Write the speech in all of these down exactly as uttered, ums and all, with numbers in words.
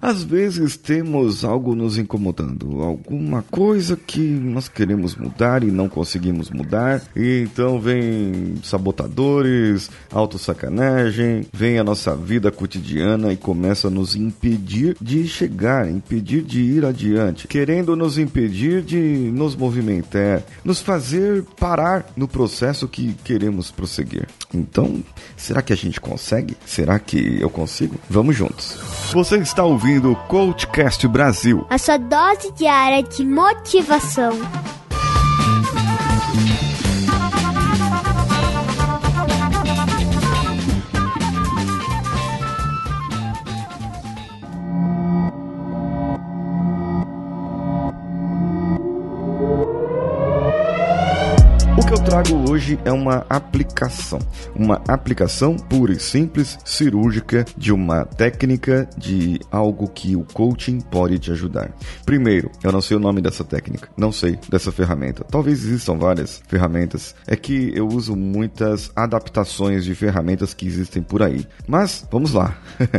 Às vezes temos algo nos incomodando, alguma coisa que nós queremos mudar e não conseguimos mudar, e então vem sabotadores, autossacanagem, vem a nossa vida cotidiana e começa a nos impedir de chegar, impedir de ir adiante, querendo nos impedir de nos movimentar, nos fazer parar no processo que queremos prosseguir. Então, será que a gente consegue? Será que eu consigo? Vamos juntos. Você está ouvindo o CoachCast Brasil, a sua dose diária de motivação. O que eu trago hoje é uma aplicação, uma aplicação pura e simples, cirúrgica, de uma técnica, de algo que o coaching pode te ajudar. Primeiro, eu não sei o nome dessa técnica, não sei dessa ferramenta. Talvez existam várias ferramentas, é que eu uso muitas adaptações de ferramentas que existem por aí. Mas, vamos lá,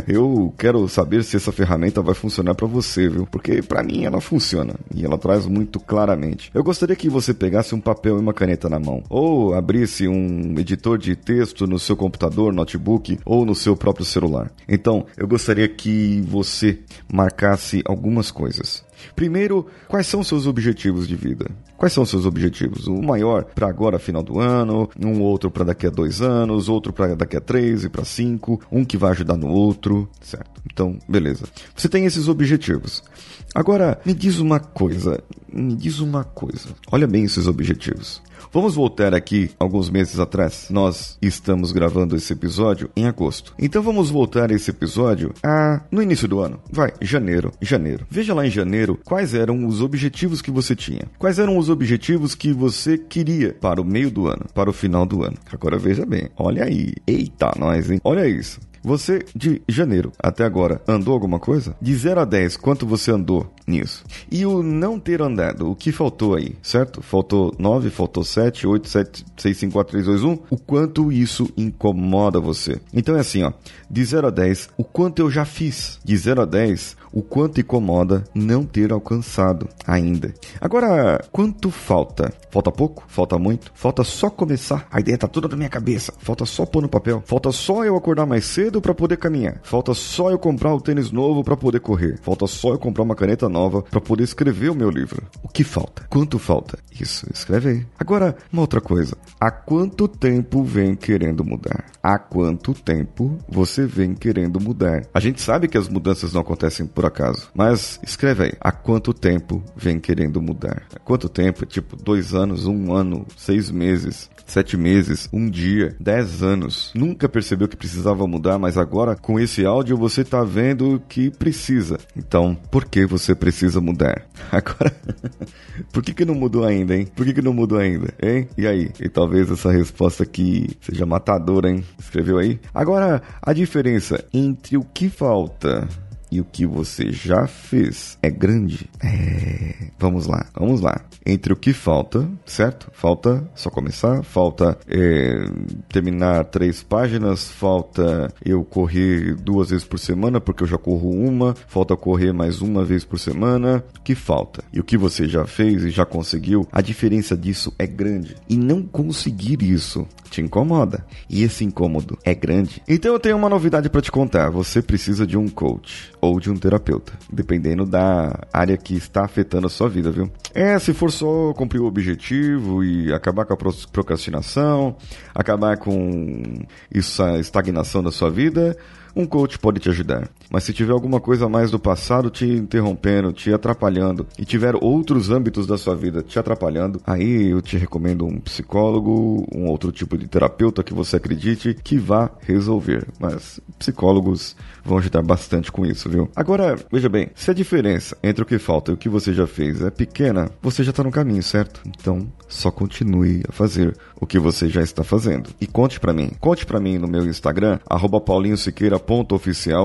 eu quero saber se essa ferramenta vai funcionar para você, viu? Porque para mim ela funciona e ela traz muito claramente. Eu gostaria que você pegasse um papel e uma caneta na mão, ou abrisse um editor de texto no seu computador, notebook ou no seu próprio celular. Então, eu gostaria que você marcasse algumas coisas. Primeiro, quais são seus objetivos de vida? Quais são seus objetivos? O maior para agora, final do ano, um outro para daqui a dois anos, outro para daqui a três e para cinco, um que vai ajudar no outro, certo? Então, beleza. Você tem esses objetivos. Agora, me diz uma coisa, me diz uma coisa. Olha bem esses objetivos. Vamos voltar aqui alguns meses atrás. Nós estamos gravando esse episódio em agosto. Então vamos voltar esse episódio a... no início do ano. Vai, janeiro, janeiro. Veja lá em janeiro quais eram os objetivos que você tinha. Quais eram os objetivos que você queria para o meio do ano, para o final do ano. Agora veja bem, olha aí. Eita, nós, hein? Olha isso. Você, de janeiro até agora, andou alguma coisa? De zero a dez, quanto você andou nisso? E o não ter andado, o que faltou aí, certo? Faltou nove, faltou sete, oito, sete, seis, cinco, quatro, três, dois, um. O quanto isso incomoda você? Então é assim, ó. De zero a dez, o quanto eu já fiz? De zero a dez, o quanto incomoda não ter alcançado ainda. Agora, quanto falta? Falta pouco? Falta muito? Falta só começar? A ideia tá toda na minha cabeça. Falta só pôr no papel. Falta só eu acordar mais cedo para poder caminhar. Falta só eu comprar o tênis novo para poder correr. Falta só eu comprar uma caneta nova para poder escrever o meu livro. O que falta? Quanto falta? Isso, escreve aí. Agora, uma outra coisa. Há quanto tempo vem querendo mudar? Há quanto tempo você vem querendo mudar? A gente sabe que as mudanças não acontecem por acaso, mas escreve aí. Há quanto tempo vem querendo mudar? Há quanto tempo? Tipo, dois anos, um ano, seis meses, sete meses, um dia, dez anos. Nunca percebeu que precisava mudar, mas agora com esse áudio você tá vendo que precisa. Então, por que você precisa mudar? Agora, por que que não mudou ainda, hein? Por que que não mudou ainda, hein? E aí? E talvez essa resposta aqui seja matadora, hein? Escreveu aí? Agora, a diferença entre o que falta e o que você já fez é grande? É... Vamos lá, vamos lá. Entre o que falta, certo? Falta só começar, falta é, terminar três páginas, falta eu correr duas vezes por semana, porque eu já corro uma, falta correr mais uma vez por semana. O que falta? E o que você já fez e já conseguiu, a diferença disso é grande. E não conseguir isso te incomoda. E esse incômodo é grande. Então eu tenho uma novidade para te contar. Você precisa de um coach ou de um terapeuta, dependendo da área que está afetando a sua vida, viu? É, se for só cumprir o objetivo e acabar com a procrastinação, acabar com essa estagnação da sua vida, um coach pode te ajudar. Mas se tiver alguma coisa a mais do passado te interrompendo, te atrapalhando, e tiver outros âmbitos da sua vida te atrapalhando, aí eu te recomendo um psicólogo, um outro tipo de terapeuta que você acredite que vá resolver. Mas psicólogos vão ajudar bastante com isso, viu? Agora, veja bem, se a diferença entre o que falta e o que você já fez é pequena, você já está no caminho, certo? Então, só continue a fazer o que você já está fazendo. E conte pra mim, conte pra mim no meu Instagram, arroba paulinho siqueira ponto oficial, o que é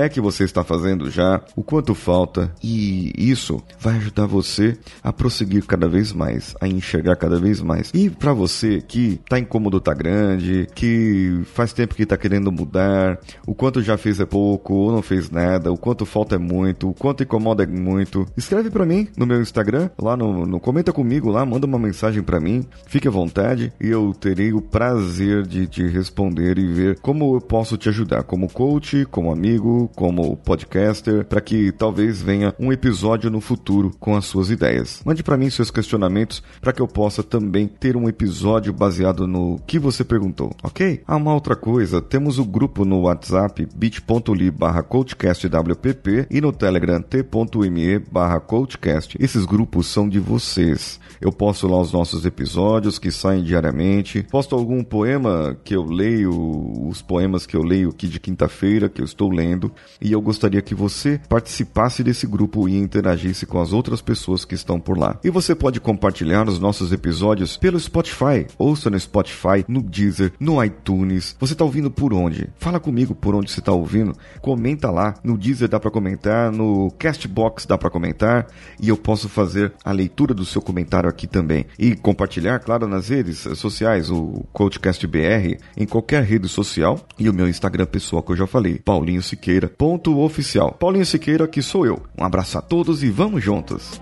é que você está fazendo já, o quanto falta, e isso vai ajudar você a prosseguir cada vez mais, a enxergar cada vez mais. E para você que tá incômodo, tá grande, que faz tempo que tá querendo mudar, o quanto já fez é pouco ou não fez nada, o quanto falta é muito, o quanto incomoda é muito, escreve para mim no meu Instagram, lá no, no comenta comigo lá, manda uma mensagem para mim, fique à vontade e eu terei o prazer de te responder e ver como eu posso te ajudar, como coach, como amigo, como podcaster, para que talvez venha um episódio no futuro com as suas ideias. Mande para mim seus questionamentos para que eu possa também ter um episódio baseado no que você perguntou, ok? Ah, uma outra coisa, temos o grupo no WhatsApp bit.ly barra coachcastwpp e no Telegram t.me barra coachcast. Esses grupos são de vocês. Eu posto lá os nossos episódios que saem diariamente, posto algum poema que eu leio, os poemas que eu leio aqui de quinta-feira, que eu estou lendo, e eu gostaria que você participasse desse grupo e interagisse com as outras pessoas que estão por lá. E você pode compartilhar os nossos episódios pelo Spotify, ouça no Spotify, no Deezer, no iTunes. Você está ouvindo por onde? Fala comigo por onde você está ouvindo, comenta lá, no Deezer dá para comentar, no Castbox dá para comentar, e eu posso fazer a leitura do seu comentário aqui também. E compartilhar, claro, nas redes sociais, o CoachCastBR, em qualquer rede social, e o meu Instagram pessoal que eu já falei, paulinho siqueira ponto oficial. Paulinho Siqueira, que sou eu. Um abraço a todos e vamos juntos!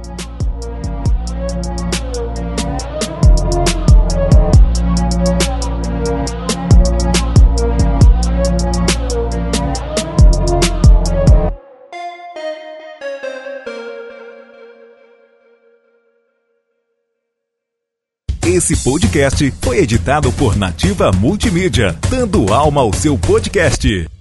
Esse podcast foi editado por Nativa Multimídia, dando alma ao seu podcast.